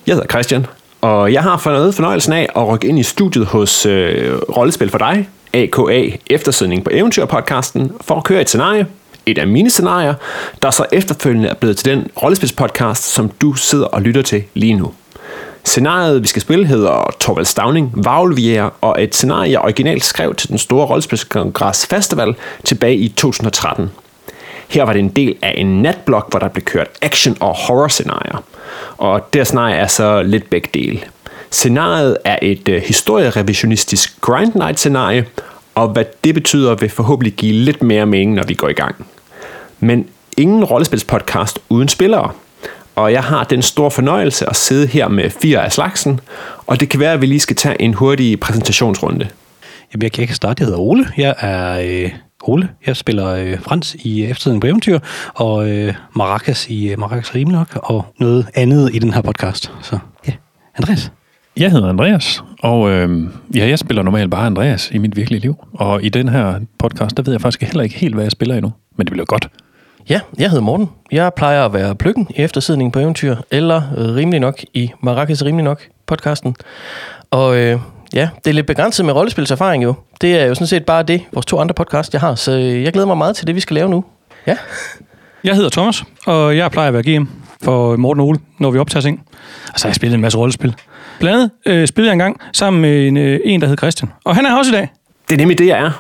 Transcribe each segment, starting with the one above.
Jeg hedder Christian, og jeg har fornøjelsen af at rykke ind i studiet hos Rollespil for dig, aka Eftersidning på Eventyr-podcasten, for at køre et scenarie, et af mine scenarier, der så efterfølgende er blevet til den rollespilspodcast, som du sidder og lytter til lige nu. Scenariet, vi skal spille, hedder Thorvald Stauning, Varulvjæger, og et scenarie, jeg originalt skrev til den store rollespilskongres festival tilbage i 2013. Her var det en del af en natblok, hvor der blev kørt action- og horror-scenarier. Og det scenarie er så lidt begge dele. Scenariet er et historierevisionistisk Grind Night-scenarie, og hvad det betyder vil forhåbentlig give lidt mere mening, når vi går i gang. Men ingen rollespilspodcast uden spillere. Og jeg har den store fornøjelse at sidde her med 4 af slagsen, og det kan være, at vi lige skal tage en hurtig præsentationsrunde. Jamen, jeg kan starte. Jeg hedder Ole. Jeg er Ole. Jeg spiller Frans i Eftersidning på Eventyr, og Maracas i Maracas Rimelig Nok, og noget andet i den her podcast. Så ja, Andreas. Jeg hedder Andreas, og jeg spiller normalt bare Andreas i mit virkelige liv. Og i den her podcast, der ved jeg faktisk heller ikke helt, hvad jeg spiller endnu, men det bliver godt. Ja, jeg hedder Morten. Jeg plejer at være Pløkken i Eftersidning på Eventyr, eller Rimelig Nok i Maracas Rimelig Nok podcasten. Og ja, det er lidt begrænset med rollespilserfaring jo. Det er jo sådan set bare det, vores 2 andre podcast, jeg har. Så jeg glæder mig meget til det, vi skal lave nu. Ja. Jeg hedder Thomas, og jeg plejer at være GM for Morten og Ole, når vi optager ting. Og så har jeg spillet en masse rollespil. Blandt andet spillede jeg engang sammen med en, der hed Christian. Og han er her også i dag. Det er nemlig det, jeg er.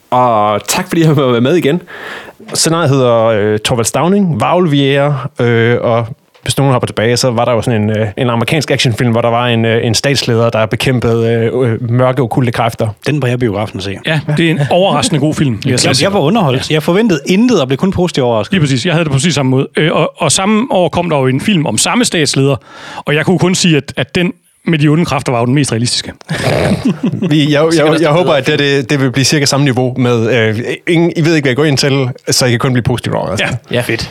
Og tak fordi jeg har været med igen. Scenariet hedder Thorvald Stauning, Varulvjæger, og hvis nogen hopper tilbage, så var der jo sådan en amerikansk actionfilm, hvor der var en statsleder, der bekæmpede mørke okulte kræfter. Den var jeg biografen at se. Ja, det er en overraskende god film. Jeg var underholdt. Jeg forventede intet og blev kun positivt overrasket. Lige præcis. Jeg havde det på præcis samme måde. Og samme år kom der jo en film om samme statsleder, og jeg kunne kun sige, at den med de onde kræfter var jo den mest realistiske. Jeg håber, at det vil blive cirka samme niveau med... I ved ikke, hvad jeg går ind til, så I kan kun blive positivt overrasket. Ja, fedt.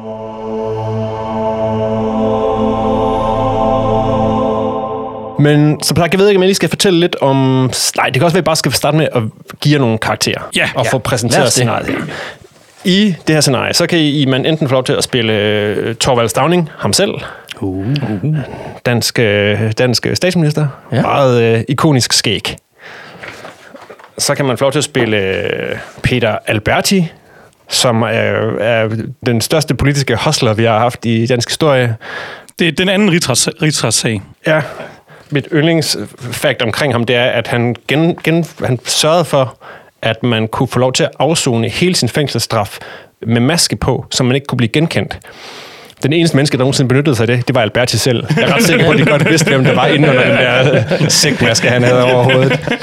Men så jeg ved ikke, om jeg lige skal fortælle lidt om... Nej, det kan også være, at jeg bare skal starte med at give jer nogle karakterer. Og få præsenteret scenariet her. I det her scenarie, så kan man enten få lov til at spille Thorvald Stauning, ham selv. Dansk statsminister. Ja. Meget ikonisk skæg. Så kan man få lov til at spille Peter Alberti, som er den største politiske hustler, vi har haft i dansk historie. Det er den anden rigsretssag. Ja. Mit yndlingsfakt omkring ham, det er, at han sørgede for, at man kunne få lov til at afsone hele sin fængselsstraf med maske på, så man ikke kunne blive genkendt. Den eneste menneske, der nogensinde benyttede sig af det var Alberti selv. Jeg er ret sikker på, at de godt vidste, hvem der var inde under den der sækmaske, han havde over hovedet.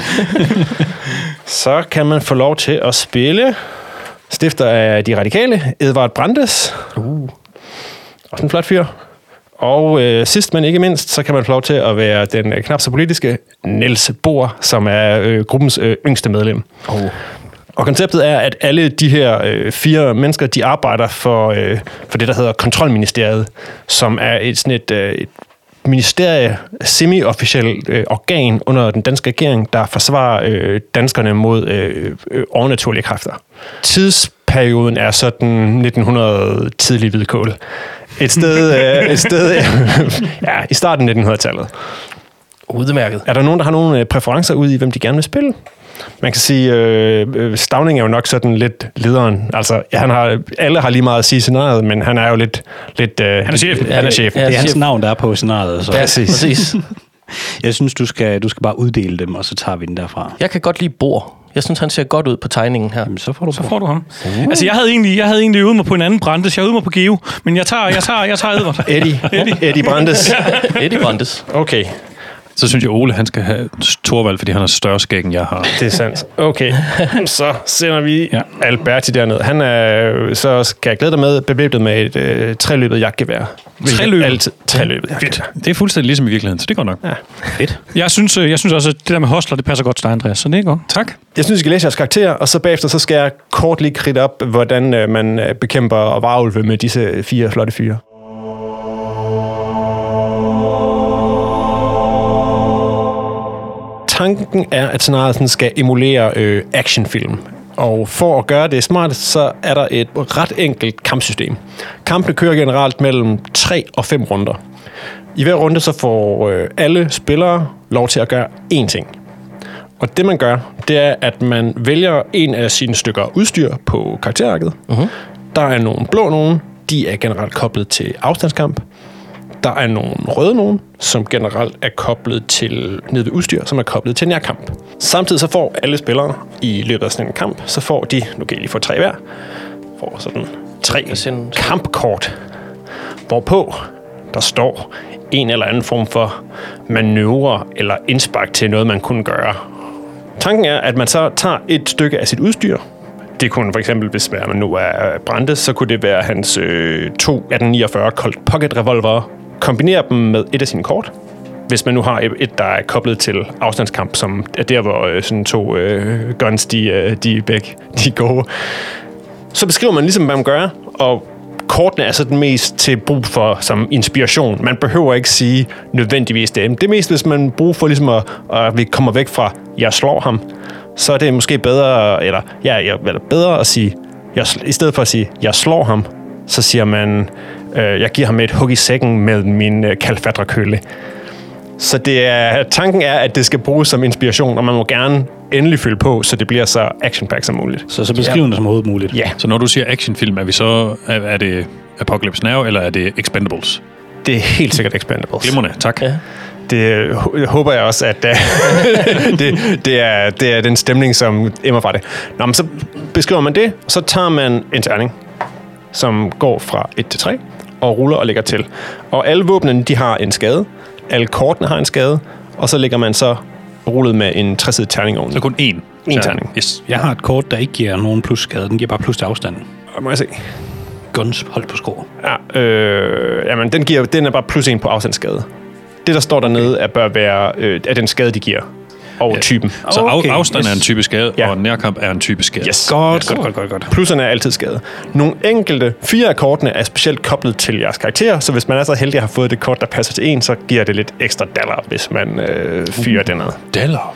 Så kan man få lov til at spille stifter af De Radikale, Edvard Brandes. Også en flot fyr. Og sidst, men ikke mindst, så kan man få lov til at være den knap så politiske Niels Bohr, som er gruppens yngste medlem. Og konceptet er, at alle de her 4 mennesker, de arbejder for det, der hedder Kontrolministeriet, som er et ministerie, semi-officielt organ under den danske regering, der forsvarer danskerne mod overnaturlige kræfter. Tidsperioden er sådan 1900 tidlig hvidkål. Et sted ja, i starten af 1900-tallet. Udmærket. Er der nogen, der har nogle præferencer ud i, hvem de gerne vil spille? Man kan sige, Stauning er jo nok sådan lidt lederen. Altså, alle har lige meget at sige i scenariet, men han er jo lidt han er chefen. Han er chefen. Det er hans navn, der er på scenariet. Så. Præcis. Jeg synes, du skal bare uddele dem, og så tager vi den derfra. Jeg kan godt lide Bohr. Jeg synes, han ser godt ud på tegningen her. Jamen, så får du ham. Altså, jeg havde egentlig øvet mig på en anden Brandes. Jeg øvede mig på Geo, men jeg tager Edvard. Eddie Brandes. Eddie Brandes. Okay. Så synes jeg, Ole, han skal have Thorvald, fordi han har større skæg, end jeg har. Det er sandt. Okay, så sender vi Alberti derned. Han er, så skal jeg glæde dig med, bevæbnet med et treløbet jagtgevær. Treløbet jagtgevær. Det er fuldstændig ligesom i virkeligheden, så det går nok. Ja. Fedt. Jeg synes også, at det der med hostler, det passer godt til dig, Andreas, så det er godt. Tak. Jeg synes, I skal læse jeres karakterer, og så bagefter så skal jeg kort lige kridte op, hvordan man bekæmper og varulve med disse 4 flotte fyre. Tanken er, at scenariet skal emulere actionfilm. Og for at gøre det smart, så er der et ret enkelt kampsystem. Kampene kører generelt mellem 3 og 5 runder. I hver runde så får alle spillere lov til at gøre én ting. Og det man gør, det er, at man vælger en af sine stykker udstyr på karakterarket. Uh-huh. Der er nogle blå nogen, de er generelt koblet til afstandskamp. Der er nogle røde nogen, som generelt er koblet til nede ved udstyr, som er koblet til nærkamp. Samtidig så får alle spillere i løbet af sådan en kamp, så får de, nu kan I lige få 3 hver, får sådan 3 kampkort, hvorpå der står en eller anden form for manøvre eller indspark til noget, man kunne gøre. Tanken er, at man så tager et stykke af sit udstyr. Det kunne for eksempel, hvis man nu er Brandes, så kunne det være hans 2 1849 Colt Pocket revolver. Kombinere dem med et af sine kort. Hvis man nu har et, der er koblet til afstandskamp, som er der, hvor sådan 2 guns, de går. Så beskriver man ligesom, hvad man gør, og kortene er så den mest til brug for som inspiration. Man behøver ikke sige nødvendigvis det. Det er mest, hvis man bruger for ligesom at vi kommer væk fra, jeg slår ham, så er det måske bedre, eller bedre at sige, i stedet for at sige, jeg slår ham, så siger man, jeg giver ham et hug i sækken med min kalfatrekølle. Så tanken er, at det skal bruges som inspiration, og man må gerne endelig fylde på, så det bliver så action-packed som muligt. Så beskrivende som overhovedet muligt. Ja. Så når du siger actionfilm, er det Apocalypse Now, eller er det Expendables? Det er helt sikkert Expendables. Glimrende, tak. Ja. Det håber jeg også, at det er den stemning, som emmer fra det. Nå, men så beskriver man det, så tager man en terning, som går fra 1 til 3, og ruller og lægger til. Og alle våbnene, de har en skade. Alle kortene har en skade, og så lægger man så rullet med en 3-sidet terning oveni. Så kun én terning. Yes. Jeg har et kort, der ikke giver nogen plusskade. Den giver bare plus til afstanden. Må jeg se. Guns, hold på skrå. Ja, jamen, den er bare plus 1 på afstandsskade. Det, der står dernede, bør være af den skade, de giver. Og typen. Så afstand er en type skade, og nærkamp er en type skade. Yes. Godt. Plusserne er altid skade. Nogle enkelte 4 af kortene er specielt koblet til jeres karakter, så hvis man er så heldig at have fået det kort, der passer til en, så giver det lidt ekstra dollar, hvis man fyrer den ned. Dollar?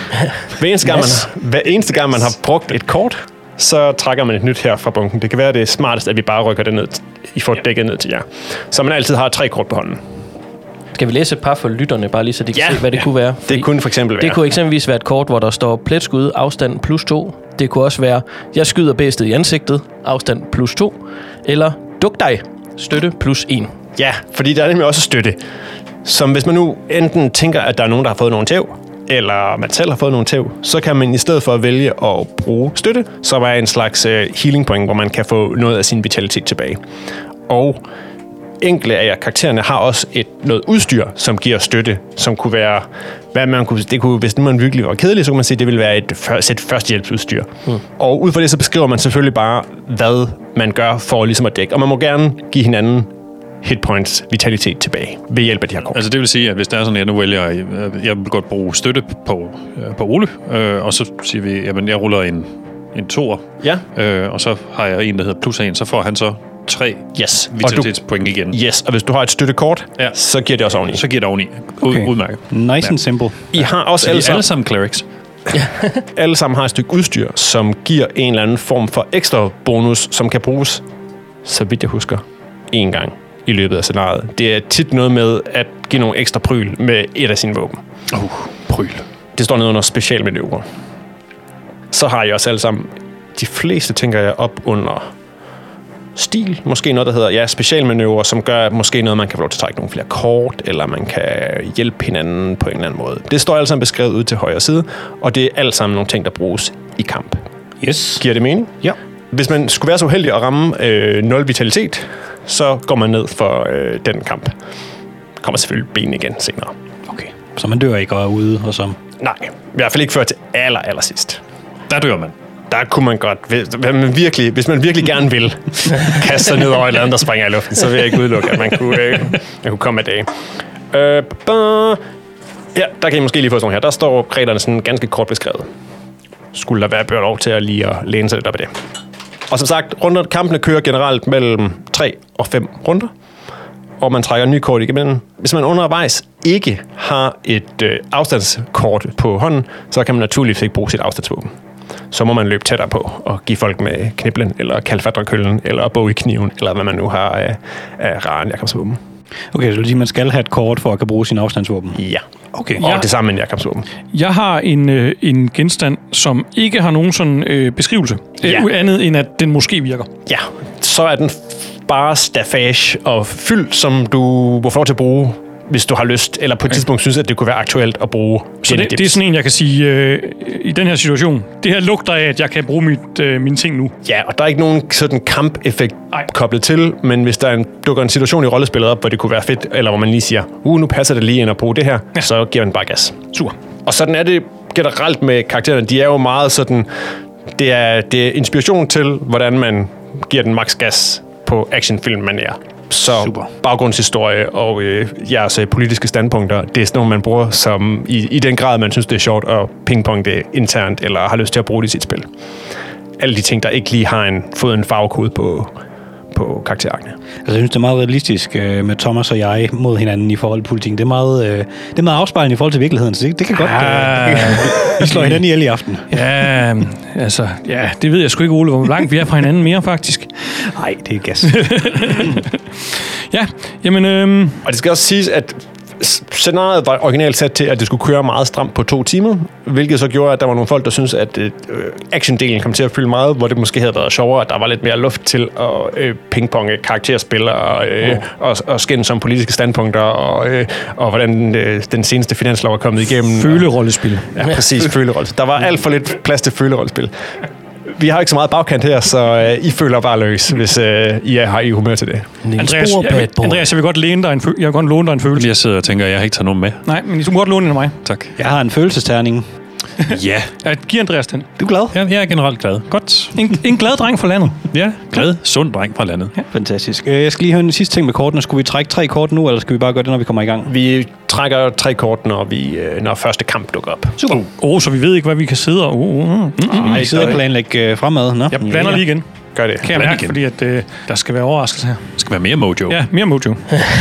Hver eneste gang, man har brugt et kort, så trækker man et nyt her fra bunken. Det kan være det smarteste, at vi bare rykker det ned. I får dækket ned til jer. Så man altid har 3 kort på hånden. Skal vi læse et par for lytterne, bare lige så de kan se, hvad det kunne være? Det kunne for eksempel være. Det kunne eksempelvis være et kort, hvor der står pletskud, afstand plus 2. Det kunne også være, jeg skyder bæstet i ansigtet, afstand plus 2. Eller duk dig, støtte plus 1. Ja, fordi der er nemlig også støtte. Som hvis man nu enten tænker, at der er nogen, der har fået nogle tæv, eller man selv har fået nogle tæv, så kan man i stedet for at vælge at bruge støtte, som er en slags healing point, hvor man kan få noget af sin vitalitet tilbage. Og enkelte af jer karaktererne har også noget udstyr, som giver støtte, som kunne være, hvad man kunne, det kunne, hvis man virkelig var kedelig, så kunne man sige, at det ville være et sæt førstehjælpsudstyr. Og ud fra det, så beskriver man selvfølgelig bare, hvad man gør for ligesom at dække. Og man må gerne give hinanden hitpoints, vitalitet tilbage ved hjælp af de her kort. Altså det vil sige, at hvis der er sådan, at nu vælger jeg vil godt bruge støtte på Ole, og så siger vi, jamen jeg ruller en toer, og så har jeg en, der hedder plus 1, så får han så 3 vitalitetspoint igen. Yes, og hvis du har et støttekort, så giver det også oveni. Så giver det oveni. Udmærket. Nice and simple. I har også alle sammen clerics. Alle sammen har et stykke udstyr, som giver en eller anden form for ekstra bonus, som kan bruges, så vidt jeg husker, 1 gang i løbet af scenariet. Det er tit noget med at give nogle ekstra pryl med et af sine våben. Pryl. Det står nede under specialmanøvrer. Så har jeg også alle sammen, de fleste tænker jeg op under stil. Måske noget, der hedder specialmanøvrer, som gør måske noget, man kan få lov til at trække nogle flere kort, eller man kan hjælpe hinanden på en eller anden måde. Det står alle sammen beskrevet ud til højre side, og det er alle sammen nogle ting, der bruges i kamp. Yes. Giver det mening? Ja. Hvis man skulle være så uheldig at ramme 0 vitalitet, så går man ned for den kamp. Kommer selvfølgelig ben igen senere. Okay. Så man dør ikke og er ude og som... Nej, i hvert fald ikke før til aller sidst. Der dør man. Der kunne man godt, hvis man virkelig gerne vil kaste sig ned over et eller andet, der springer i luften, så vil jeg ikke udelukke, at man kunne komme af dage. Ja, der kan I måske lige få sådan her. Der står reglerne sådan ganske kort beskrevet. Skulle der være lov til at lige at læne sig lidt op af det. Og som sagt, kampene kører generelt mellem 3 og 5 runder, og man trækker nye kort igennem. Hvis man undervejs ikke har et afstandskort på hånden, så kan man naturligvis ikke bruge sit afstandsvåben. Så må man løbe tættere på og give folk med kniblen, eller kalfatrekøllen, eller bog i kniven, eller hvad man nu har af raren jakobsvåben. Okay, så det vil sige, at man skal have et kort for at kunne bruge sin afstandsvåben? Ja. Okay. Og det samme med nærkampsvåben. Jeg har en genstand, som ikke har nogen sådan beskrivelse. Ja. Andet end, at den måske virker. Ja, så er den bare staffage og fyld, som du må få lov til at bruge, hvis du har lyst, eller på et tidspunkt synes, at det kunne være aktuelt at bruge. Så det er sådan en, jeg kan sige, i den her situation, det her lugter af, at jeg kan bruge mine ting nu. Ja, og der er ikke nogen sådan kampeffekt koblet til, men hvis der dukker en situation i rollespillet op, hvor det kunne være fedt, eller hvor man lige siger, nu passer det lige ind at bruge det her, så giver man bare gas. Super. Og sådan er det generelt med karaktererne. De er jo meget sådan, det er inspiration til, hvordan man giver den max gas på actionfilm, man er. Så super. Baggrundshistorie og jeres politiske standpunkter, det er sådan noget, man bruger som i den grad, man synes, det er sjovt at pingpong det internt, eller har lyst til at bruge det i sit spil. Alle de ting, der ikke lige har fået en farvekode på karakterarkene. Altså, jeg synes, det er meget realistisk med Thomas og jeg mod hinanden i forhold til politikken. Det er meget afspejlende i forhold til virkeligheden, så det kan godt... vi slår hinanden ihjel i aften. Ja, altså... Ja, det ved jeg sgu ikke, Ole, hvor langt vi er fra hinanden mere, faktisk. Nej, det er gas. Ja, jamen... Og det skal også siges, at scenariet var originalt sat til, at det skulle køre meget stramt på 2 timer, hvilket så gjorde, at der var nogle folk, der synes, at actiondelen kom til at fylde meget, hvor det måske havde været sjovere, at der var lidt mere luft til at pingponge karakterspil og skændes som politiske standpunkter, og hvordan den seneste finanslov er kommet igennem. Følerollespil. Ja, præcis, følerollespil. Der var alt for lidt plads til følerollespil. Vi har ikke så meget bagkant her, så I føler bare løs, hvis I har i humør til det. Andreas, jeg vil godt låne dig en følelse. Jeg sidder og tænker, at jeg har ikke taget nogen med. Nej, men I må godt låne den af mig. Tak. Jeg har en følelsesterning. Ja. Giv Andreas den. Du er glad? Ja, jeg er generelt glad. Godt. En glad dreng fra landet. Ja, glad, sund dreng fra landet. Ja. Fantastisk. Jeg skal lige høre en sidste ting med kortene. Skulle vi trække 3 kort nu, eller skal vi bare gøre det, når vi kommer i gang? Vi trækker 3 kort, når første kamp dukker op. Super. Så vi ved ikke, hvad vi kan sidde og... I sidder og planlægge fremad. Nå? Jeg blander lige igen. Gør det. Kan jeg mærke, fordi at, der skal være overraskelser her. Der skal være mere mojo. Ja, mere mojo.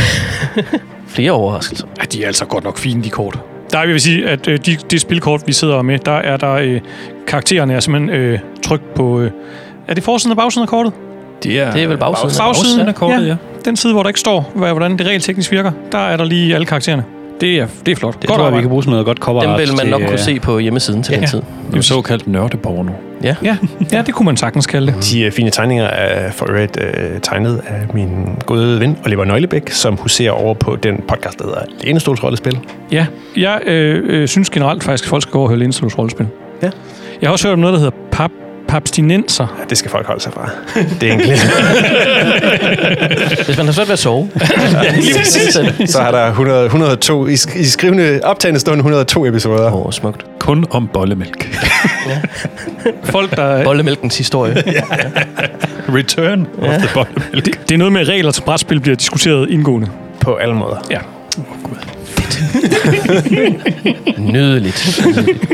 Flere overraskelser. Ja, de er altså godt nok fine, de kort. Der vil sige, at det spilkort, vi sidder med, der er der karaktererne er simpelthen trykt på... er det forsiden og bagsiden af kortet? Det er vel bagsiden. Bagsiden af kortet, ja. Den side, hvor der ikke står, hvordan det rent teknisk virker, der er der lige alle karaktererne. Det er flot. Det tror jeg, vi kan bruge som noget godt cover. Dem vil man nok kunne se på hjemmesiden til den tid. Det er såkaldt nørdeporno. Ja, det kunne man sagtens kalde det. De fine tegninger er for øvrigt tegnet af min gode ven, Oliver Nøglebæk, som huserer over på den podcast, der hedder Lænestols Rollespil. Ja, jeg synes generelt faktisk, at folk skal gå og høre Lænestols Rollespil. Ja. Jeg har også hørt om noget, der hedder papstinenser. Ja, det skal folk holde sig fra. Det er egentlig... Hvis man har svært ved at sove. Så har der 102... I skrivende optagende stående 102 episoder. Smukt. Kun om bollemælk. Folk, der... Bollemælkens historie. Return of the bollemælk. Det er noget med regler til brætspil bliver diskuteret indgående. På alle måder. Ja. Fedt. Nydeligt.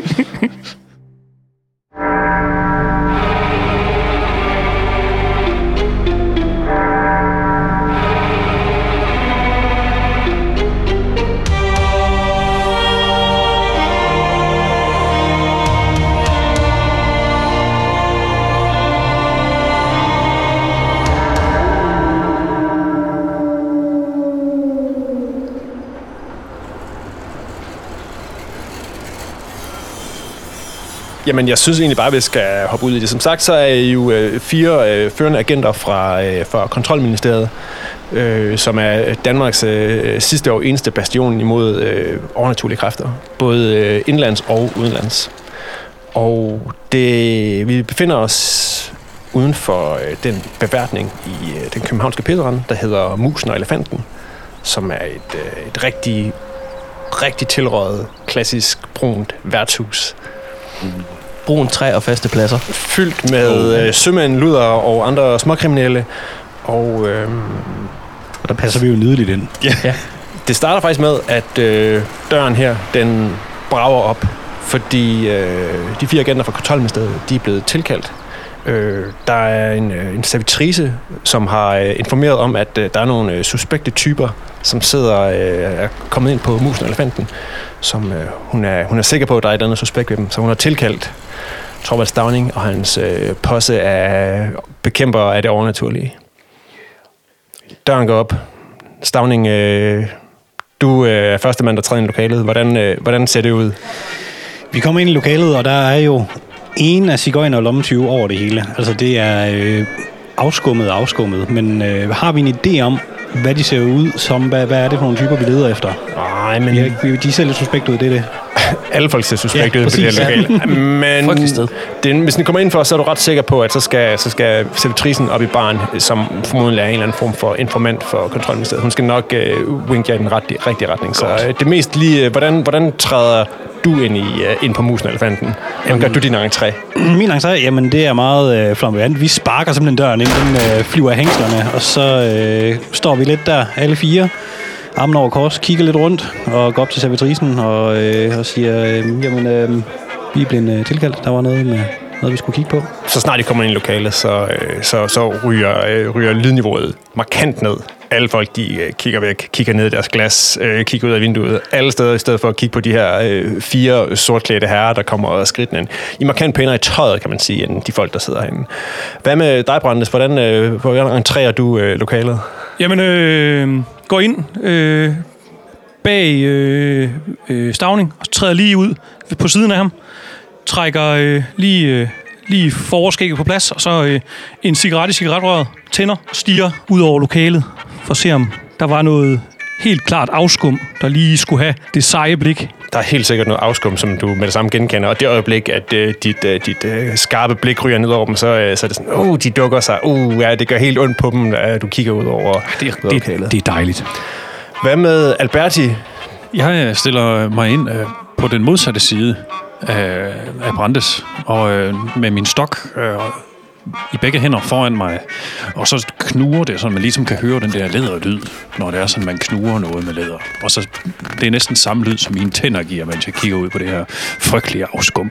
Jamen, jeg synes egentlig bare, at vi skal hoppe ud i det. Som sagt, så er I jo 4 førende agenter fra Kontrolministeriet, som er Danmarks sidste år eneste bastion imod overnaturlige kræfter. Både indlands og udenlands. Og vi befinder os uden for den beværtning i den københavnske pisserand, der hedder Musen og Elefanten, som er et rigtig tilrådet, klassisk brunt værtshus. Brun træ og faste pladser. Fyldt med sømænd, luder og andre småkriminelle. Og der passer vi jo nydeligt ind. Ja. Det starter faktisk med, at døren her, den brager op, fordi de 4 agenter fra Kontrolministeriet, de er blevet tilkaldt. Der er en servitrice, som har informeret om, at der er nogle suspekte typer, som er kommet ind på Musen og Elefanten, som hun er sikker på, at der er et andet suspekt ved dem. Så hun har tilkaldt Thorvald Stauning og hans posse af bekæmpere af det overnaturlige. Døren går op. Stauning, du er første mand, der træder ind i lokalet. Hvordan ser det ud? Vi kommer ind i lokalet, og der er jo en af cigøjner og lommetyve over det hele. Altså det er afskummet, men har vi en idé om, hvad de ser ud som? Hvad er det for nogle typer, vi leder efter? Nej, men... De ser lidt suspekt ud, det er det. Alle folk ser suspekt ud på det her lokale. Men hvis den kommer ind for, så er du ret sikker på, at så skal servitrisen op i baren, som formodentlig er en eller anden form for informant for kontrolministeriet. Hun skal nok vinke jer i den rigtige retning. Så det mest lige, hvordan træder du ind på musen og elefanten? Hvordan gør du din entré? Min entré, jamen det er meget flamboyant. Vi sparker simpelthen døren ind, den flyver af hængslerne, og så står vi lidt der, alle fire, armen over kors, kigger lidt rundt og går op til servitrisen og siger, jamen, vi er blevet tilkaldt. Der var noget, vi skulle kigge på. Så snart de kommer ind i lokalet, så ryger lydniveauet markant ned. Alle folk, de kigger væk, kigger ned i deres glas, kigger ud af vinduet. Alle steder, i stedet for at kigge på de her 4 sortklædte herrer, der kommer skridtende ind. I markant pænere i tøjet, kan man sige, end de folk, der sidder herinde. Hvad med dig, Brandes? Hvordan entrerer du lokalet? Jamen, går ind bag Stauning og træder lige ud på siden af ham. Trækker lige forskægget på plads, og så en cigaret i cigaretrøret, tænder, stiger ud over lokalet, for at se om der var noget helt klart afskum, der lige skulle have det seje blik. Der er helt sikkert noget afskum, som du med det samme genkender, og det øjeblik, at dit skarpe blik ryger ned over dem, så er det sådan, de dukker sig, ja, det gør helt ondt på dem, at du kigger ud over lokalet. Det er dejligt. Hvad med Alberti? Jeg stiller mig ind på den modsatte side af Brandes, og med min stok i begge hænder foran mig, og så knuger det, så man ligesom kan høre den der læderlyd, når det er sådan, man knuger noget med læder. Og så det er næsten samme lyd, som mine tænder giver, mens jeg kigger ud på det her frygtelige afskum.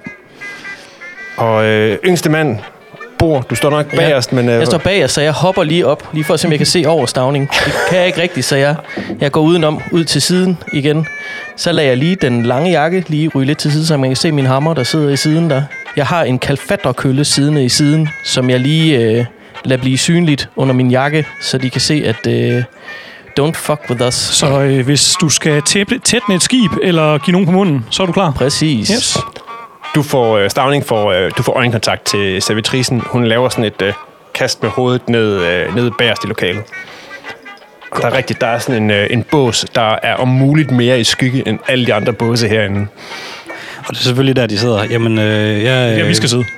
Og yngste mand, Bor, du står nok bagerst, men... Jeg står bagerst, så jeg hopper lige op, lige for at se, om jeg kan se over Stauning. Det kan jeg ikke rigtigt, så jeg går ud til siden igen. Så lader jeg lige den lange jakke lige ryge lidt til siden, så man kan se min hammer, der sidder i siden der. Jeg har en kalfatterkølle siddende i siden, som jeg lige lader blive synligt under min jakke, så de kan se, at don't fuck with us. Så hvis du skal tætne et skib, eller give nogen på munden, så er du klar? Præcis. Yes. Du får øjenkontakt til servitrisen. Hun laver sådan et kast med hovedet ned bagerst i lokalet. Og der er rigtigt, der er sådan en bås, der er om muligt mere i skygge end alle de andre båse herinde. Og det er selvfølgelig der, de sidder. Jamen, vi skal sidde.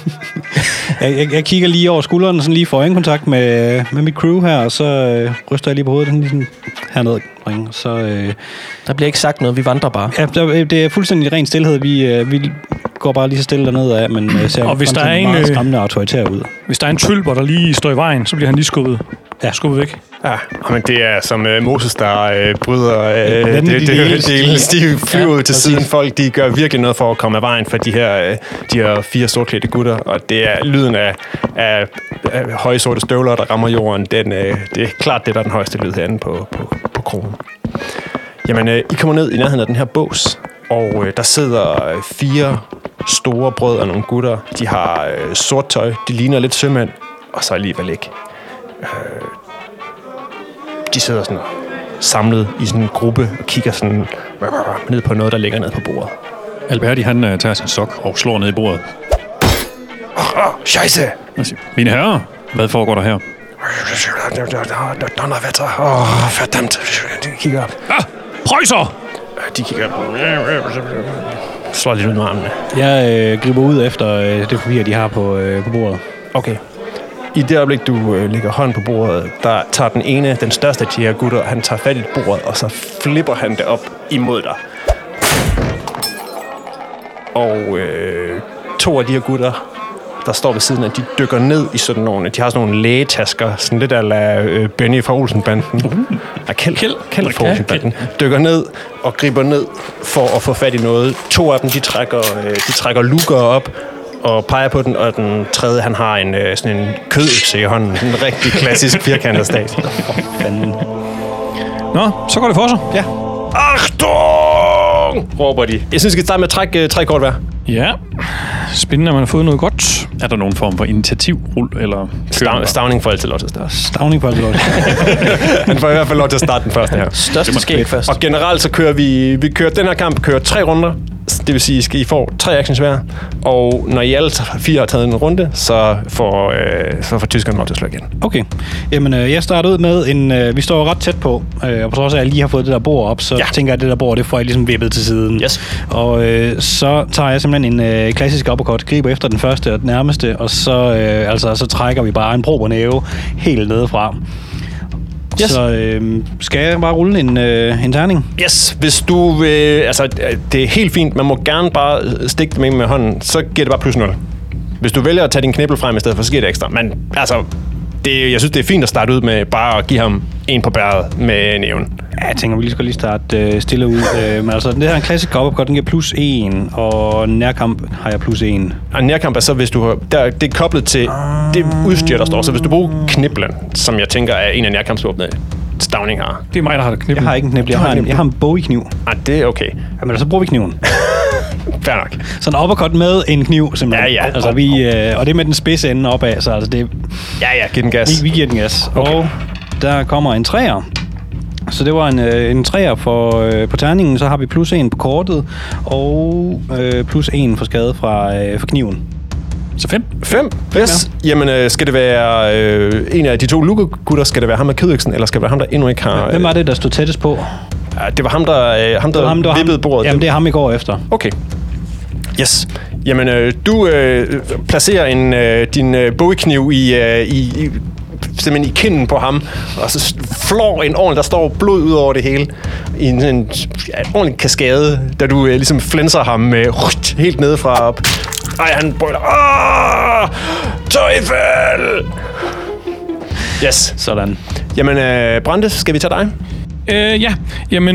jeg kigger lige over skulderen, sådan lige får øjenkontakt med mit crew her, og så ryster jeg lige på hovedet, sådan ligesom hernede. Så, der bliver ikke sagt noget, vi vandrer bare. Ja, det er fuldstændig ren stilhed. Vi går bare lige så stille dernede af, men ser og hvis der er meget skræmmende og autoritær ud. Hvis der er en tylper, der lige står i vejen, så bliver han lige skubbet væk. Ja, men det er som Moses, der bryder de flyver ud til siden. Folk, de gør virkelig noget for at komme af vejen for de her 4 sortklædte gutter, og det er lyden af høje sorte støvler, der rammer jorden. Det er klart det, der er den højeste lyd herinde på krogen. Jamen, I kommer ned i nærheden af den her bås, og der sidder 4 store brød af nogle gutter. De har sort tøj, de ligner lidt sømænd, og så alligevel ikke. De sidder sådan samlet i sådan en gruppe og kigger sådan ned på noget, der ligger ned på bordet. Alberti, han tager sin sok og slår ned i bordet. Scheisse! Mine herrer, hvad foregår der her? Donnerwetter. Verdammt. De kigger op. Prøjser! De kigger op. Slår lidt ud med armene. Jeg griber ud efter det papir, de har på bordet. Okay. I det øjeblik, du lægger hånden på bordet, der tager den ene, den største af de her gutter, han tager fat i bordet, og så flipper han det op imod dig. Og 2 af de her gutter, der står ved siden af, de dykker ned i sådan nogle, de har sådan nogle lægetasker, sådan lidt ala Benny fra Olsenbanden. Kjeld fra Olsenbanden. Dykker ned og griber ned for at få fat i noget. 2 af dem, de trækker lukker op og peger på den, og den tredje, han har sådan en kødøkse i hånden. En rigtig klassisk firkantet stat. Nå, så går det for sig. Ja. Achtung! Råber de. Jeg synes, vi skal starte med at trække 3 kort hver. Ja. Spændende, at man har fået noget godt. Er der nogen form for initiativrul, eller... Stavning får altid lov til at starte. Stavning får altid lov til. Han får i hvert fald lov til at starte den første her. Største skæg først. Og generelt så kører vi kører den her kamp 3 runder. Det vil sige, at I får 3 actions hver. Og når I alle 4 har taget en runde, så får tyskerne lov til at slå igen. Okay. Jamen, jeg starter ud med en... vi står jo ret tæt på, og på trods af, at jeg lige har fået det der bord op, så tænker jeg, at det der bord, det får jeg ligesom vippet til siden. Yes. Og så tager jeg simpelthen en klassisk uppercut, griber efter den første og den nærmeste, og så, så trækker vi bare en prober næve helt nedefra. Yes. Så skal jeg bare rulle en terning? Yes, hvis du vil... Altså, det er helt fint. Man må gerne bare stikke dem ind med hånden. Så giver det bare plus 0. Hvis du vælger at tage din knibbel frem i stedet for, så giver det ekstra. Men altså, jeg synes, det er fint at starte ud med bare at give ham en på bæret med næven. Ja, jeg tænker, vi skal lige starte stille ud. Men altså, det her er en klassisk uppercut, den giver plus 1, og nærkamp har jeg plus 1. Og nærkamp er så, hvis du det er koblet til det udstyr, der står. Så hvis du bruger kniblen, som jeg tænker er en af nærkampsvåbnene, Stavning har. Det er mig, der har kniblen. Jeg har ikke en knibbel, jeg har en Bowie-kniv. Ah, det er okay. Jamen, så bruger vi kniven. Fair nok. Så en uppercut med en kniv, simpelthen. Ja. Altså, og det er med den spidse ende opad, så altså det... Ja, giv den gas. Vi giver den gas. Okay. Og der kommer en 3'er. Så det var en 3'er på terningen, så har vi plus 1 på kortet, og plus 1 for skade fra kniven. Så 5? 5? Yes. Ja. Jamen, skal det være en af de 2 Luke-gutter? Skal det være ham med kødøksen, eller skal det være ham, der endnu ikke har... Hvem var det, der stod tættest på? Ja, det var ham, der vippede bordet. Jamen, det er ham, I går efter. Okay. Yes. Jamen, du placerer din Bowie-kniv simpelthen i kinden på ham, og så flår en ordentlig, der står blod ud over det hele, i en ordentlig kaskade, da du ligesom flænser ham helt nede fra op. Ej, han brøler. Teufel! Yes. Sådan. Jamen, Brande, skal vi tage dig? Ja, jamen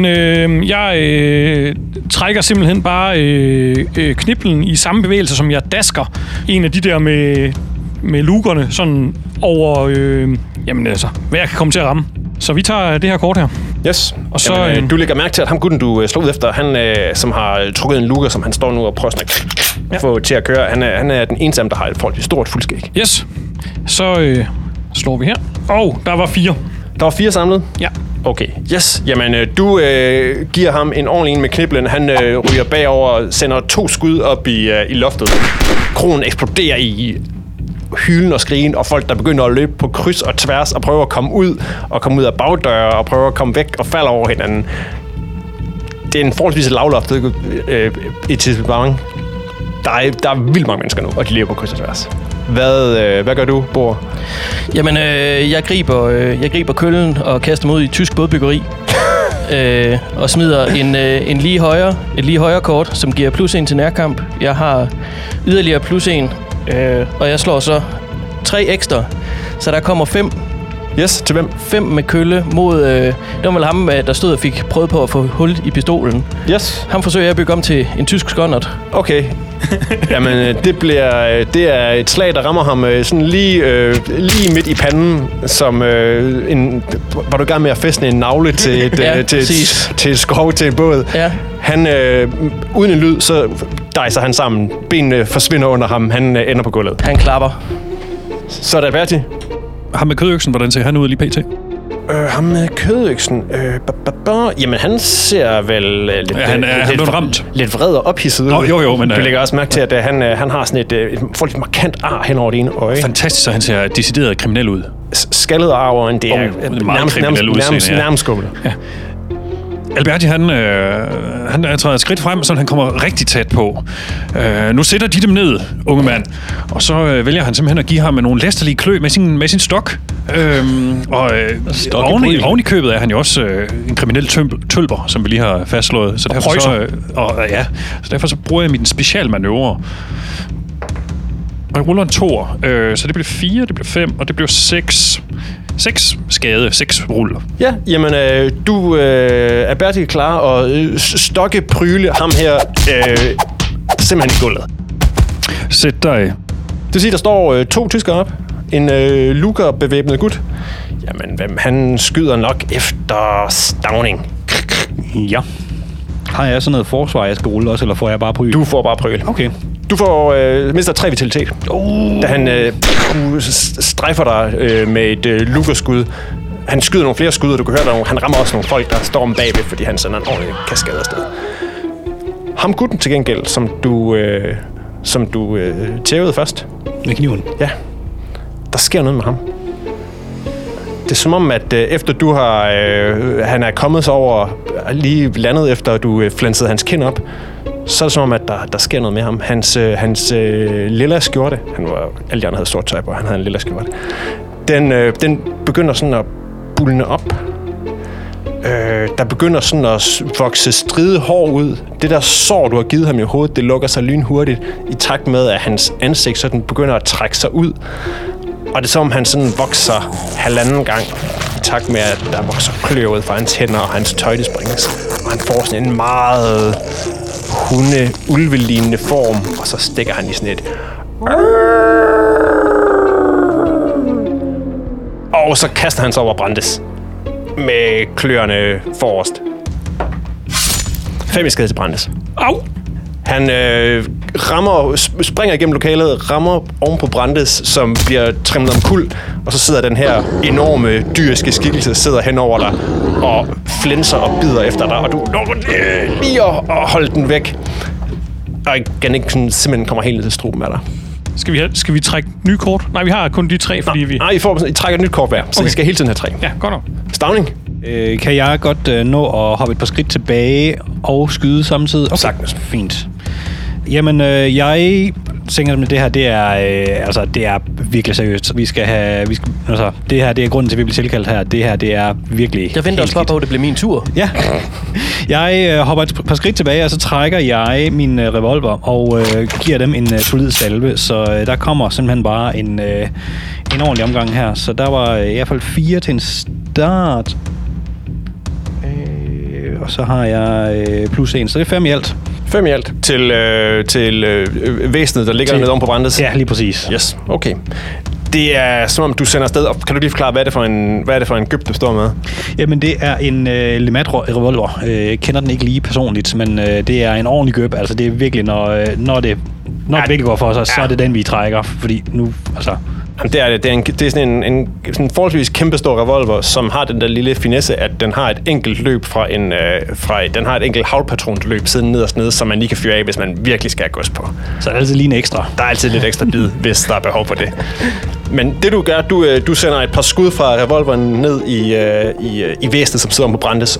jeg trækker simpelthen bare kniblen i samme bevægelse, som jeg dasker en af de der med lukerne sådan over, jamen altså, hvad jeg kan komme til at ramme. Så vi tager det her kort her. Yes. Og så du lægger mærke til, at ham gutten, du slår ud efter, han som har trukket en luker, som han står nu og prøver at få til at køre. Han er den eneste, der har et forholdsvis stort fuldskæg. Yes. Så slår vi her. Der var 4. Der var 4 samlet? Ja. Okay, yes. Jamen, du giver ham en ordentlig en med kniblen. Han ryger bagover og sender 2 skud op i loftet. Kronen eksploderer i hylen og skrigen, og folk, der begynder at løbe på kryds og tværs og prøver at komme ud af bagdøre og prøver at komme væk og falder over hinanden. Det er en forholdsvis lavloftet etablissement. Der er vildt mange mennesker nu, og de lever på kryds og tværs. Hvad gør du, Bor? Jamen, jeg griber køllen og kaster mig ud i tysk bådbyggeri. Og smider et lige højre kort, som giver plus 1 til nærkamp. Jeg har yderligere plus 1, og jeg slår så 3 ekstra. Så der kommer 5. Yes, til hvem? 5 med kølle mod... det var vel ham, der stod og fik prøvet på at få hul i pistolen. Yes. Ham forsøger jeg at bygge om til en tysk skonnert. Okay. Jamen, det er et slag, der rammer ham sådan lige midt i panden, som var du i gang med at fæstne en nagle til til et skrov til en båd. Ja. Han, uden en lyd, så dejser han sammen. Benene forsvinder under ham. Han ender på gulvet. Han klapper. Så er der Bertie. Ham med kødøksen, hvordan ser han ud lige pt? Ham med kødøksen? Jamen, han ser vel lidt... han er ramt. Lidt vred og ophidset ud. Jo, men... Du lægger også mærke til, at han har sådan et lidt markant ar hen over det ene øje. Fantastisk, så han ser decideret kriminel ud. Skaldet ar over en, det er nærmest skummel. Ja. Alberti, han træder et skridt frem, så han kommer rigtig tæt på. Nu sætter de dem ned, unge mand. Og så vælger han simpelthen at give ham nogle læsterlige klø med sin stok. Oven i købet er han jo også en kriminel tølper, som vi lige har fastslået. Så derfor så bruger jeg min specialmanøvre. Og jeg ruller en 2'er, så det bliver 4, det bliver 5, og det bliver 6. 6 skade, 6 ruller. Ja, jamen, du er Bertil klar og stokke pryle ham her simpelthen i gulvet. Sæt dig. Det vil sige, der står 2 tyskere op. En luker bevæbnet gut. Jamen, han skyder nok efter Stavning. Ja. Har jeg sådan noget forsvar, jeg skal rulle også, eller får jeg bare pryle? Du får bare pryle. Okay. Du får mister 3 vitalitet, da han strejfer dig med et lukerskud. Han skyder nogle flere skud, og du kan høre, han rammer også nogle folk, der står om bagved, fordi han sender en ordentlig kaskade afsted. Ham gutten til gengæld, som du tævede først. Med kniven? Ja. Der sker noget med ham. Det er som om, at efter du har... han er kommet så over, lige landet efter, du flansede hans kind op, så er det som om, at der sker noget med ham. Hans lilla skjorte, alle de andre havde sort tøj på, han havde en lilla skjorte, den begynder sådan at bulne op. Der begynder sådan at vokse stride hår ud. Det der sår, du har givet ham i hovedet, det lukker sig lynhurtigt, i takt med, at hans ansigt sådan begynder at trække sig ud. Og det er som, han sådan vokser 1,5 gang, i takt med, at der vokser klør ud fra hans hænder, og hans tøj, det springes. Og han får sådan en meget ulvelignende form, og så stikker han i sådan et... Og så kaster han sig over Brandes med kløerne forrest. 5 i skade til Brandes. Au! Han springer igennem lokalet, rammer oven på Brandes, som bliver trimmet omkuld, og så sidder den her enorme dyriske skikkelse sidder hen over dig og flænser og bider efter dig, og du når lige at holde den væk. Og igen ikke sådan, simpelthen kommer helt ned til struben af dig. Skal vi trække nye kort? Nej, vi har kun de 3, fordi vi... Nej, I trækker et nyt kort hver, så I skal hele tiden have 3. Ja, godt nok. Stavning. Kan jeg godt nå at hoppe et par skridt tilbage og skyde samtidig? Okay. Sagtens. Fint. Jamen, jeg tænker, at det her, det er virkelig seriøst. Det her, det er grunden til, at vi bliver tilkaldt her. Det her, det er virkelig... Jeg venter også bare på, at det bliver min tur. Ja. Jeg hopper et par skridt tilbage, og så trækker jeg min revolver og giver dem en solid salve. Så der kommer simpelthen bare en ordentlig omgang her. Så der var i hvert fald 4 til en start. Og så har jeg plus 1, så det er 5 i alt. 5 i alt til væsenet, der ligger nede om på Brandes? Ja, lige præcis. Yes, okay. Det er som om, du sender afsted. Kan du lige forklare, hvad er det for en gyp, du står med? Jamen, det er en Lemat-revolver. Jeg kender den ikke lige personligt, men det er en ordentlig gyp. Altså, det er virkelig, når det virkelig går for sig, så er det den, vi trækker. Fordi nu, altså... Jamen, det er det. Det er sådan en forholdsvis kæmpestor revolver, som har den der lille finesse, at den har et enkelt løb den har et enkelt havlpatronløb siden nederst nede, som man lige kan fyre af, hvis man virkelig skal have gods på. Så er der altid lige en ekstra. Der er altid lidt ekstra bid, hvis der er behov for det. Men det du gør, du sender et par skud fra revolveren ned i væsenet, som sidder på Brandes.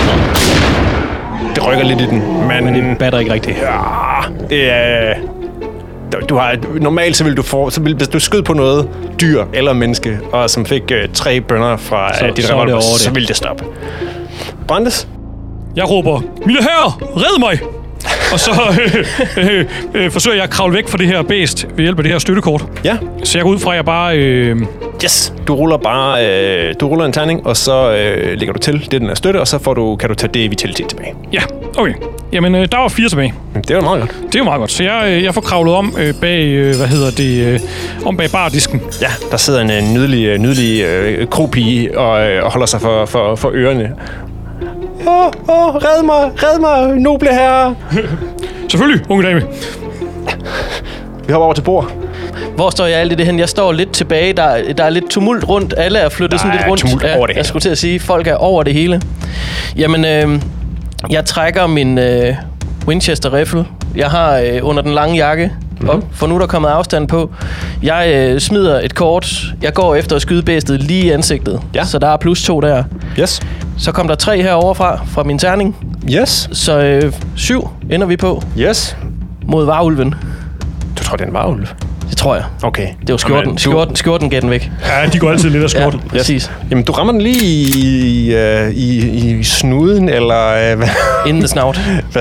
Det rykker lidt i den, men det batter ikke rigtigt. Ja, det er... Normalt så vil hvis du skød på noget dyr eller menneske, og som fik 3 bønner fra dit revolver, så ville det stoppe. Brandes? Jeg råber, mine herrer, red mig! Og så forsøger jeg at kravle væk fra det her bæst ved hjælp af det her støttekort. Ja. Så jeg går ud fra, at jeg bare... Yes, du ruller en terning, og så lægger du til det, den er støtte, og så kan du tage det vitalitet tilbage. Ja, okay. Jamen, der var 4 tilbage. Det er jo meget godt. Det er jo meget godt. Så jeg får kravlet om bag, om bag bardisken. Ja, der sidder en nydelig kropige og holder sig for ørerne. Red mig, noble herre. Selvfølgelig, unge dame. Vi hopper over til bord. Hvor står jeg alt i det hen? Jeg står lidt tilbage. Der er lidt tumult rundt. Alle er flyttet sådan lidt rundt. Tumult over det hele. Jeg skulle til at sige, folk er over det hele. Jamen, jeg trækker min Winchester rifle. Jeg har under den lange jakke. For nu er der kommet afstand på. Jeg smider et kort. Jeg går efter at skyde bæstet lige i ansigtet. Ja. Så der er plus 2 der. Yes. Så kom der 3 herovre fra min terning. Yes. Så 7 ender vi på. Yes. Mod varulven. Du tror, det er en varulv? Det tror jeg. Okay. Det var skjorten. Skjorten gav den væk. Ja, de går altid lidt af skjorten. Ja, præcis. Jamen, du rammer den lige i snuden, eller... Inden det snavt.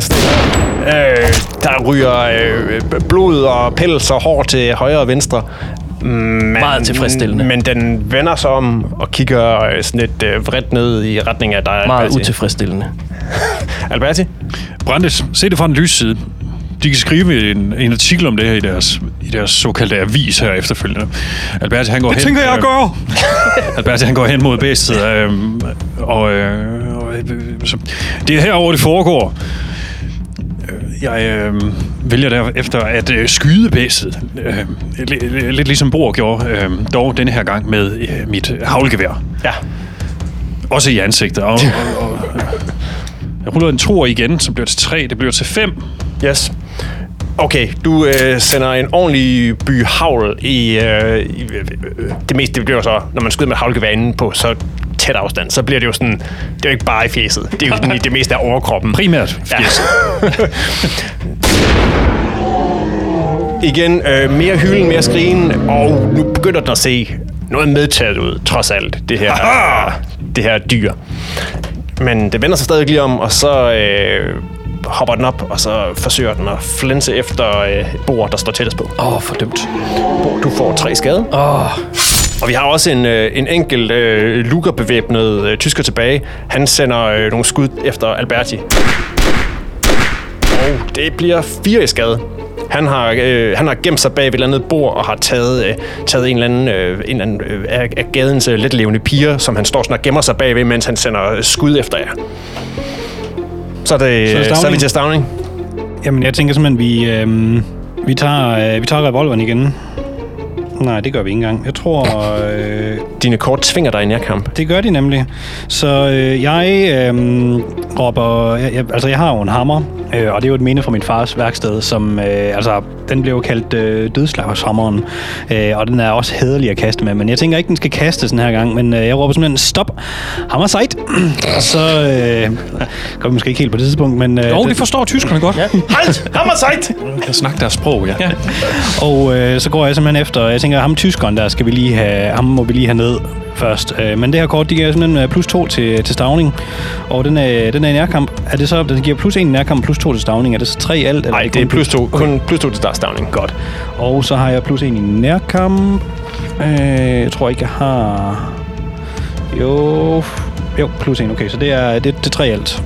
Der ryger blod og pels og hår til højre og venstre. Meget tilfredsstillende. Men den vender sig om og kigger sådan lidt vredt ned i retning af dig. Meget utilfredsstillende. Alberti? Brandes, se det fra en lysside. De kan skrive en artikel om det her i deres såkaldte avis her efterfølgende. Alberti, han går det hen... tænker jeg at gøre! Alberti, han går hen mod bæstet, så det er herovre, det foregår. Jeg vælger derefter at skyde bæsset. Lidt ligesom Bor gjorde, dog denne her gang med mit haglgevær. Ja. Også i ansigtet. Og jeg ruller en 2 igen, så bliver det til 3, det bliver til 5. Yes. Okay, du sender en ordentlig by hagl i det meste. Det bliver så, når man skyder med haglgevær inde på så tæt afstand, så bliver det jo sådan, det er jo ikke bare i fjeset. Det er jo sådan i det meste af overkroppen. Primært fjeset. Ja. Igen, mere hylden, mere skrigen, og nu begynder den at se noget medtaget ud, trods alt, det her dyr. Men det vender sig stadig lige om, og så hopper den op, og så forsøger den at flænse efter Bor, der står tættest på. Fordømt. Bor, du får 3 skade. Og vi har også en enkelt lugerbevæbnet tysker tilbage. Han sender nogle skud efter Alberti. Og det bliver 4 i skade. Han har gemt sig bag ved et eller andet bord og har taget en eller anden af gadens letlevende piger, som han står sådan og gemmer sig bagved, mens han sender skud efter jer. Så er vi til Stauning. Jamen, jeg tænker simpelthen, vi tager revolveren igen. Nej, det gør vi ikke engang. Jeg tror... Dine kort tvinger dig i nærkamp. Det gør de nemlig. Så jeg råber... Jeg har jo en hammer, og det er jo et minde fra min fars værksted, som... den blev jo kaldt dødslagshammeren, og den er også hæderlig at kaste med, men jeg tænker ikke, den skal kastes den her gang, men jeg råber simpelthen, stop, hammer sejt! Og så går vi måske ikke helt på det tidspunkt, men... det forstår tyskerne godt. Ja. Halt! Hammer sejt! Jeg kan snakke deres sprog, ja. Og så går jeg simpelthen efter... Jeg tænker, ham tyskeren der skal vi lige have... Ham må vi lige have ned først. Men det her kort, de giver simpelthen +2 til Stauning. Og den er i nærkamp. Er det så... Den giver +1 i nærkamp, +2 til Stauning. Er det så 3 alt? Nej, det er +2. Kun +2 til Stauning. Godt. Og så har jeg +1 i nærkamp. Jeg tror ikke, jeg har... Jo, +1. Okay, så det er 3 alt.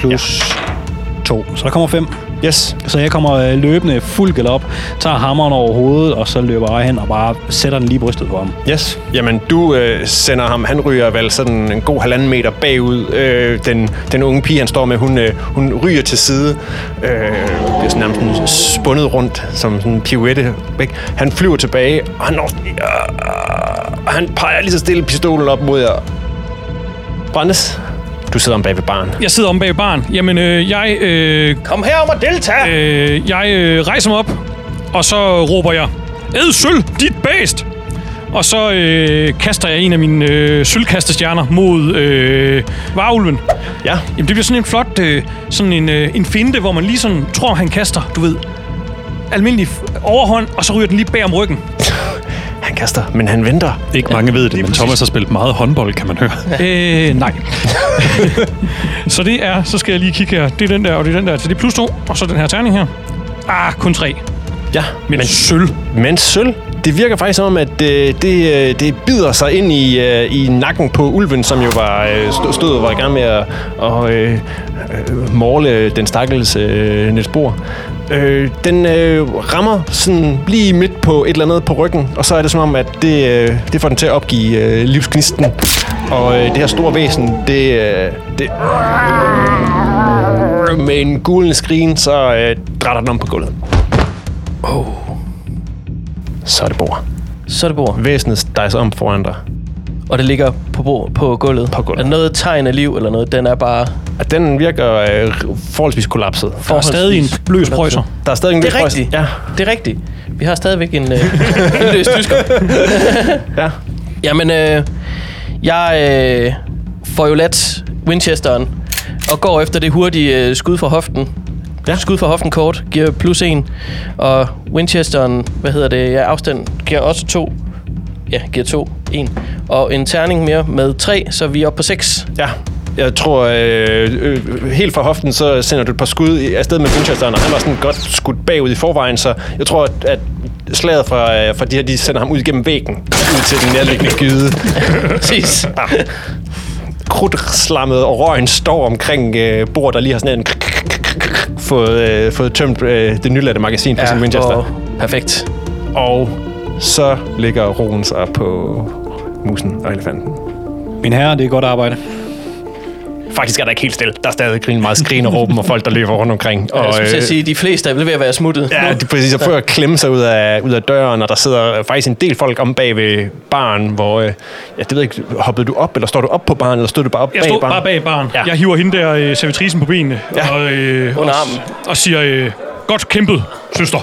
+2. Så der kommer 5. Yes. Så jeg kommer løbende fuld galop, tager hammeren over hovedet, og så løber jeg hen og bare sætter den lige brystet på ham. Yes. Jamen, du sender ham, han ryger vel sådan en god 1,5 meter bagud. Den unge pige, han står med, hun ryger til side. Bliver sådan nærmest spundet rundt, som sådan en pirouette. Han flyver tilbage, og han peger lige så stille pistolen op mod jer. Brandes, du sidder om bag ved baren. Jeg sidder om bag ved baren. Jamen, Kom her om at deltage! Jeg rejser mig op, og så råber jeg, æd sølv, dit bæst! Og så kaster jeg en af mine sølvkastestjerner mod varulven. Ja. Jamen, det bliver sådan en flot, en finte, hvor man lige sådan tror, han kaster, du ved, almindelig overhånd, og så ryger den lige bag om ryggen. Han kaster, men han venter. Ikke mange ved det, men Thomas har spillet meget håndbold, kan man høre. Nej. Så skal jeg lige kigge her. Det er den der, og det er den der. Så det er +2, og så den her terning her. Kun 3. Ja, men sølv. Men sølv, det virker faktisk som om, at det bider sig ind i nakken på ulven, som jo var stod og var i gang med at måle den stakkels Niels Bohr. Den rammer sådan lige midt på et eller andet på ryggen, og så er det som om, at det får den til at opgive livsgnisten. Og det her store væsen, det med en gulende skrigen, så drætter den om på gulvet. Så er det Bohr. Væsenet stejser om foran dig. Og det ligger på gulvet. På gulvet. Er der noget tegn af liv eller noget? Den er bare... Den virker forholdsvis kollapset. Der er stadig en løs prøjser. Der er stadig en løs prøjser. Det er rigtigt. Ja. Det er rigtigt. Vi har stadigvæk en løs tysker. Ja. Jamen, jeg får jo let Winchesteren og går efter det hurtige skud fra hoften. Ja. Skud fra hoften kort giver +1, og Winchesteren, afstand giver også 2. Ja, giver 2, 1. Og en terning mere med 3, så vi er oppe på 6. Ja. Jeg tror, helt fra hoften, så sender du et par skud afsted med Winchesteren, og han var sådan godt skudt bagud i forvejen, så jeg tror, at slaget fra de her, de sender ham ud igennem væggen, ud til den nærliggende gyde. Præcis. Ja. Krudtslammet og røgen står omkring Bord, der lige har sådan en fået tømt det nyladte magasin på sin Winchester. Perfekt. Og så ligger roen sig på musen og elefanten. Min herre, det er godt arbejde. Faktisk er der ikke helt stille. Der er stadig grin meget skrigende råben og folk, der løber rundt omkring. Og, jeg skulle sige, de fleste er ved at være smuttet. Ja, det er præcis. Jeg prøver at klemme sig ud af døren, og der sidder faktisk en del folk om bag ved baren, hvor... det ved ikke, hoppede du op, eller står du op på baren, eller stod du bare op bag baren? Jeg stod bare bag baren. Ja. Jeg hiver hende der servitrisen på benene. Ja. Under armen. Og siger, godt kæmpet, søster.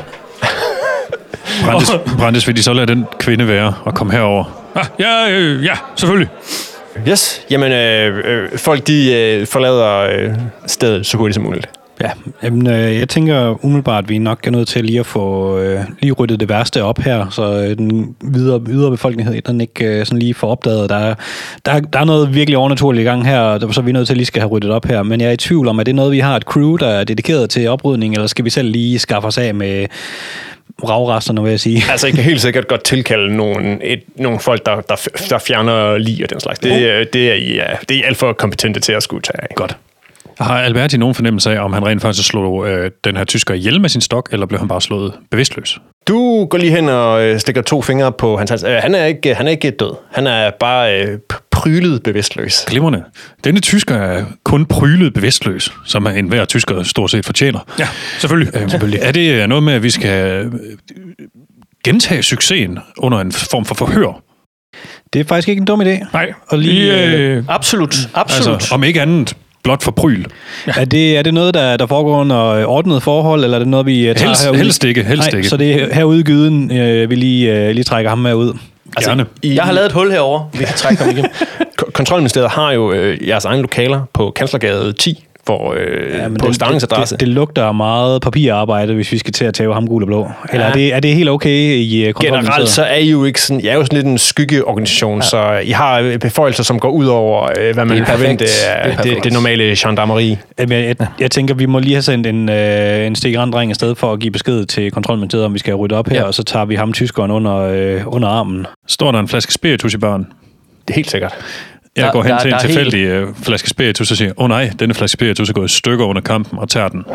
Brandes, vil de så lade den kvinde være og komme herover? Ja, selvfølgelig. Yes. Jamen, folk de forlader stedet så hurtigt som muligt. Ja, jeg tænker umiddelbart, at vi nok er nødt til lige at få lige ryddet det værste op her, så den videre befolkning den ikke sådan lige får opdaget. Der er noget virkelig overnaturligt i gang her, så vi er nødt til at lige skal have ryddet op her. Men jeg er i tvivl om, at det er noget, vi har et crew, der er dedikeret til oprydning, eller skal vi selv lige skaffe os af med ravresterne, vil jeg sige. Altså, jeg kan helt sikkert godt tilkalde nogle folk, der fjerner lig og den slags. Det er I alt for kompetente til at skulle tage af. Godt. Har Alberti nogen fornemmelse af, om han rent faktisk slog den her tysker ihjel med sin stok, eller blev han bare slået bevidstløs? Du går lige hen og stikker 2 fingre på hans hals. Han er ikke død. Han er bare prylet bevidstløs. Glimrende. Denne tysker er kun prylet bevidstløs, som enhver tysker stort set fortjener. Ja, selvfølgelig. Er det noget med, at vi skal gentage succesen under en form for forhør? Det er faktisk ikke en dum idé. Nej. Og lige, Absolut. Altså, om ikke andet, blot for pryl. Ja. Er det noget, der foregår under ordnet forhold, eller er det noget, vi tager herude? Helst ikke. Så det er herude i gyden, vi lige trækker ham med ud. Gerne. Jeg har lavet et hul herover. Vi kan trække ham igen. Kontrolministeriet har jo jeres egne lokaler på Kanslergade 10, hvor på Stauningsadresse. Det lugter meget papirarbejde, hvis vi skal til at tage ham gul og blå. Eller er det helt okay i kontrolministeriet? Generelt så er I jo ikke sådan, I er jo sådan lidt en skyggeorganisation, så I har beføjelser, som går ud over, hvad man kan forvente af det normale gendarmeri. Jeg tænker, vi må lige have sendt en stikrandring afsted for at give besked til kontrolministeriet, om vi skal rydde op her, og så tager vi ham tyskeren under armen. Står der en flaske spiritus i baren? Det er helt sikkert. Jeg går hen til en tilfældig flaske spiritus og siger, nej, denne flaske spiritus er gået i stykker under kampen, og tager den.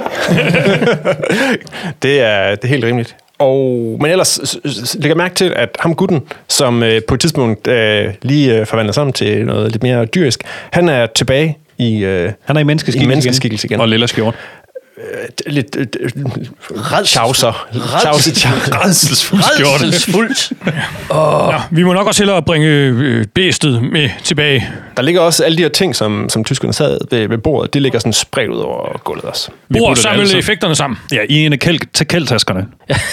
Det er helt rimeligt. Men ellers lægger mærke til, at ham gutten, som på et tidspunkt lige forvandler sammen til noget lidt mere dyrisk, han er tilbage i han er i menneskeskikkelse igen. Og lilla skjort. Lidt rædselsfuldt. Ja, vi må nok også hellere bringe bæstet med tilbage. Der ligger også alle de her ting, som tyskerne sad ved bordet. Det ligger sådan spredt ud over gulvet også. Brug at samle effekterne sammen. Ja, i en af kældtaskerne.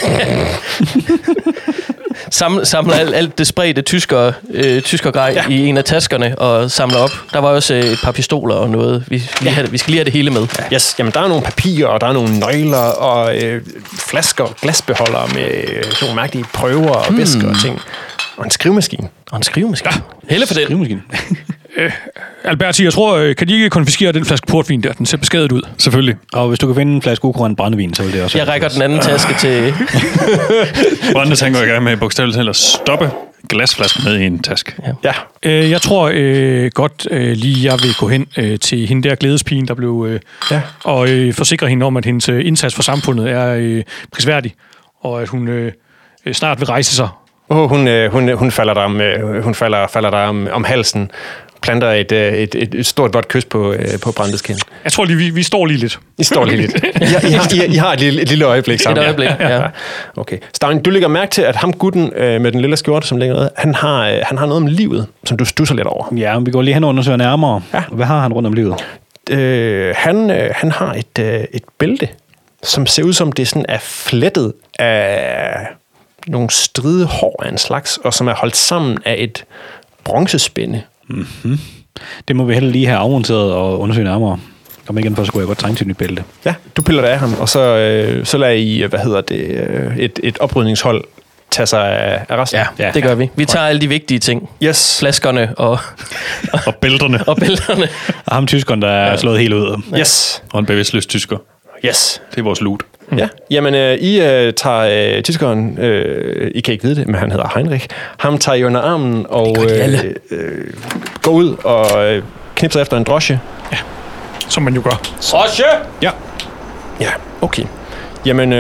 Samler alt det spredte tyskergrej i en af taskerne og samler op. Der var også et par pistoler og noget. Vi skal lige have det hele med. Ja. Yes, jamen der er nogle papirer, og der er nogle nøgler, og flasker, glasbeholdere med sådan nogle mærkelige prøver og væsker og ting. Og en skrivemaskine. Ja. Helle for den. Alberti, jeg tror, kan de ikke konfiskere den flaske portvin der? Den ser beskadet ud. Selvfølgelig. Og hvis du kan finde en flaske ukurant brændevin, så vil det også. Jeg rækker den anden taske til... Brandes, han går i gang med bogstaveligt talt at stoppe glasflasken med i en taske. Ja. Jeg tror godt lige, jeg vil gå hen til hende der glædespigen, der blev... Og forsikre hende om, at hendes indsats for samfundet er prisværdig. Og at hun snart vil rejse sig. Hun falder der om halsen, planter et stort vådt kys på Brandes kind. Jeg tror lige, vi står lige lidt. I står lige lidt. I har et lille øjeblik sammen. Et øjeblik, ja. Okay. Stavn, du lægger mærke til, at ham gutten med den lille skjorte, som ligger nede, han har noget om livet, som du stusser lidt over. Ja, vi går lige hen og undersøger nærmere. Ja. Hvad har han rundt om livet? Han har et bælte, som ser ud som det sådan er flettet af nogle stride hår af en slags, og som er holdt sammen af et bronzespænde. Mm-hmm. Det må vi heller lige have afmonteret og undersøge nærmere. Kom igen, for så kunne jeg godt trænge til et nyt bælte. Ja, du piller det af ham, og så lader I, et oprydningshold tage sig af resten. Ja, det gør vi. Vi tager alle de vigtige ting. Yes. Flaskerne og bælterne. Og ham tyskeren, der er slået helt ud. Yes. Og en bevidstløs tysker. Yes. Det er vores loot. Ja, jamen I tager tyskeren, I kan ikke vide det, men han hedder Heinrich. Ham tager I under armen og går ud og knipser efter en drosje. Ja, som man jo gør. Drosje! Ja, okay. Jamen,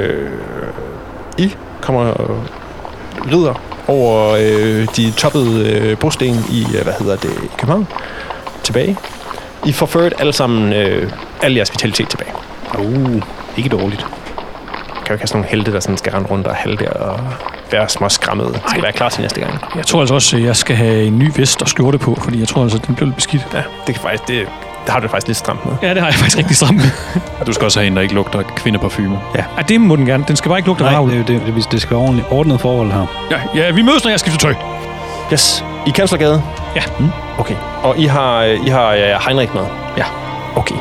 I kommer rider over de toppede brosten i, i København, tilbage. I får ført alle sammen al jeres vitalitet tilbage. Ikke dårligt. Kan jo ikke have sådan nogle helte, der sådan skal rende rundt og halte og være små skræmmede. Skal være klar til næste gang. Jeg tror altså også, at jeg skal have en ny vest og skjorte på, fordi jeg tror altså, at den bliver lidt beskidt. Ja, det kan faktisk... Det har du faktisk lidt stramt med. Ja, det har jeg faktisk rigtig stramt med. Du skal også have en, der ikke lugter kvindeparfume. Ja, det må den gerne. Den skal bare ikke lugte af ravl. Det skal være ordnet forhold her. Ja, vi mødes, når jeg skifter tøj. Yes. I Kanslergade? Ja. Okay. Og I har Heinrich med? Ja. Okay.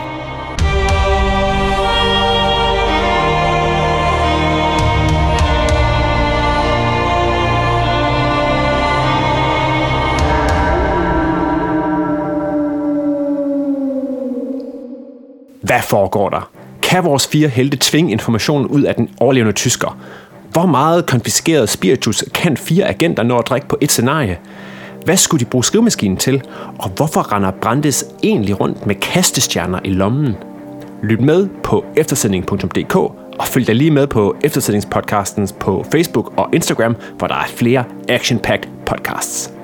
Hvad foregår der? Kan vores 4 helte tvinge informationen ud af den overlevende tysker? Hvor meget konfiskeret spiritus kan 4 agenter nå at drikke på et scenarie? Hvad skulle de bruge skrivemaskinen til? Og hvorfor render Brandes egentlig rundt med kastestjerner i lommen? Lyt med på eftersending.dk og følg dig lige med på Eftersendingspodcasten på Facebook og Instagram, hvor der er flere action-packed podcasts.